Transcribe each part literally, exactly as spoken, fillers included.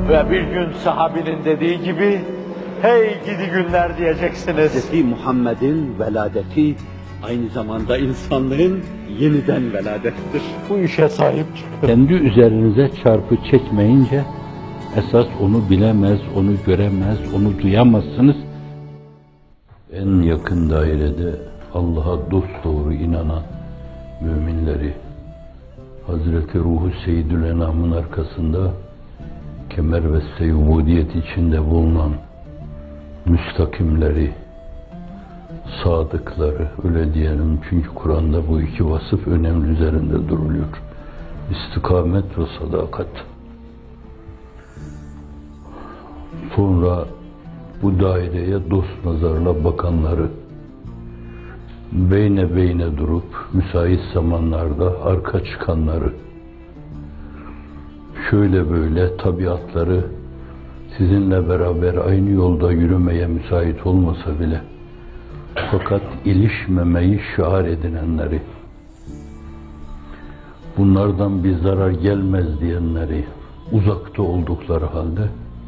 Ve bir gün sahabinin dediği gibi, hey gidi günler diyeceksiniz. Hazreti Muhammed'in veladeti aynı zamanda insanlığın yeniden veladettir. Bu işe sahip çıkın. Kendi üzerinize çarpı çekmeyince, esas onu bilemez, onu göremez, onu duyamazsınız. En yakın dairede Allah'a dosdoğru inanan müminleri, Hazreti Ruhu Seyyidül Enam'ın arkasında kemer ve seyubudiyet içinde bulunan müstakimleri, sadıkları, öyle diyelim, çünkü Kur'an'da bu iki vasıf önemli üzerinde duruluyor. İstikamet ve sadakat. Sonra bu daireye dost nazarla bakanları, beyne beyne durup müsait zamanlarda arka çıkanları, şöyle böyle tabiatları sizinle beraber aynı yolda yürümeye müsait olmasa bile fakat ilişmemeyi şiar edinenleri, bunlardan bir zarar gelmez diyenleri, uzakta oldukları halde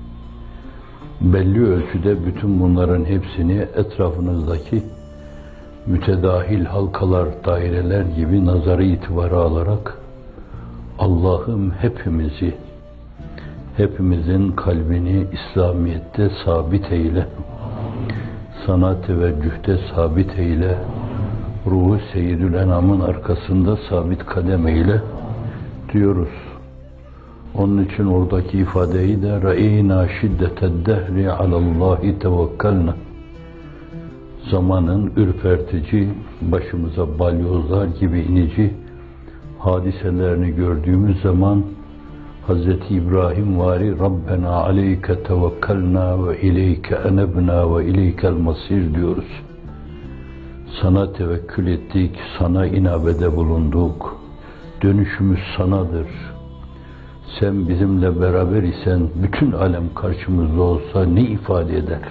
belli ölçüde bütün bunların hepsini etrafınızdaki mütedahil halkalar, daireler gibi nazarı itibara alarak Allah'ım hepimizi, hepimizin kalbini İslamiyet'te sabit eyle, sana teveccühte sabit eyle, Ruhu Seyyidül Enam'ın arkasında sabit kadem eyle diyoruz. Onun için oradaki ifadeyi de رَئِينَا شِدَّةَ الدَّهْرِ عَلَى اللّٰهِ تَوَكَّلْنَا, zamanın ürpertici, başımıza balyozlar gibi inici hadiselerini gördüğümüz zaman Hazreti İbrahim vari Rabbena aleyke tevekkelna ve ileyke enebna ve ileykel masir diyoruz. Sana tevekkül ettik, sana inabede bulunduk. Dönüşümüz sanadır. Sen bizimle beraber isen bütün alem karşımızda olsa ne ifade eder?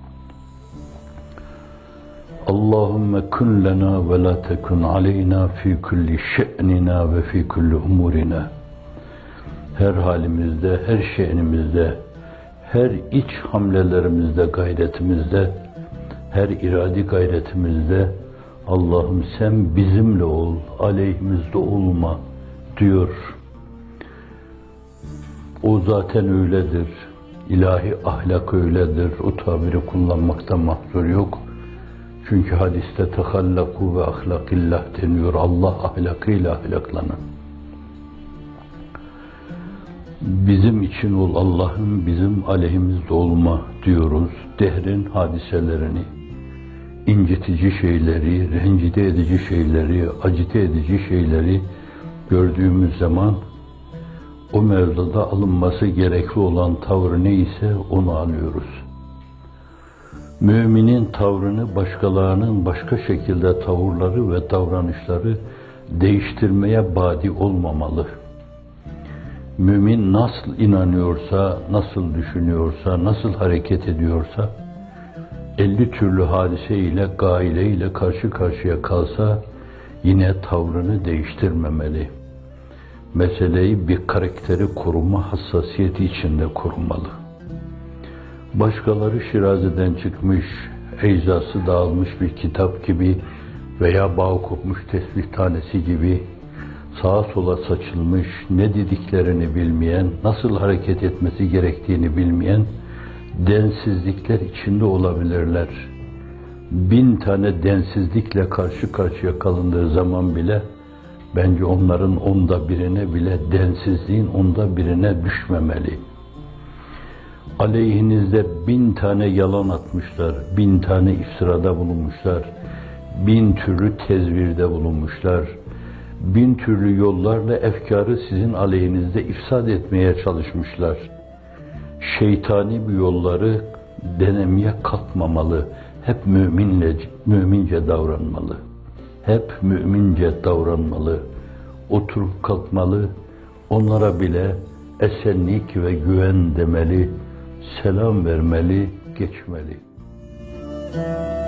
Allahümme kun lena ve la tekun aleyna fi kulli şe'nina ve fi kulli umurina. Her halimizde, her şe'nimizde, her iç hamlelerimizde, gayretimizde, her iradi gayretimizde Allah'ım sen bizimle ol, aleyhimizde olma diyor. O zaten öyledir. İlahi ahlak öyledir. O tabiri kullanmakta mahzur yok. Çünkü hadiste tehallaku ve ahlakillah deniyor. Allah ahlakıyla ahlaklanın. Bizim için ol Allah'ım, bizim aleyhimizde olma diyoruz. Dehrin hadiselerini, incitici şeyleri, rencide edici şeyleri, acite edici şeyleri gördüğümüz zaman o mevzuda alınması gerekli olan tavrı neyse onu alıyoruz. Müminin tavrını başkalarının başka şekilde tavırları ve davranışları değiştirmeye badi olmamalı. Mümin nasıl inanıyorsa, nasıl düşünüyorsa, nasıl hareket ediyorsa, elli türlü hadise ile, gaile ile karşı karşıya kalsa yine tavrını değiştirmemeli. Meseleyi bir karakteri koruma hassasiyeti içinde korumalı. Başkaları Şiraze'den çıkmış, eczası dağılmış bir kitap gibi veya bağ kopmuş tesbih tanesi gibi sağa sola saçılmış, ne dediklerini bilmeyen, nasıl hareket etmesi gerektiğini bilmeyen densizlikler içinde olabilirler. Bin tane densizlikle karşı karşıya kalındığı zaman bile bence onların onda birine bile densizliğin onda birine düşmemeli. Aleyhinizde bin tane yalan atmışlar, bin tane iftirada bulunmuşlar, bin türlü tezvirde bulunmuşlar, bin türlü yollarla efkarı sizin aleyhinizde ifsad etmeye çalışmışlar. Şeytani bir yolları denemeye kalkmamalı, hep müminle, mümince davranmalı. Hep mümince davranmalı, oturup kalkmalı, onlara bile esenlik ve güven demeli, selam vermeli, geçmeli.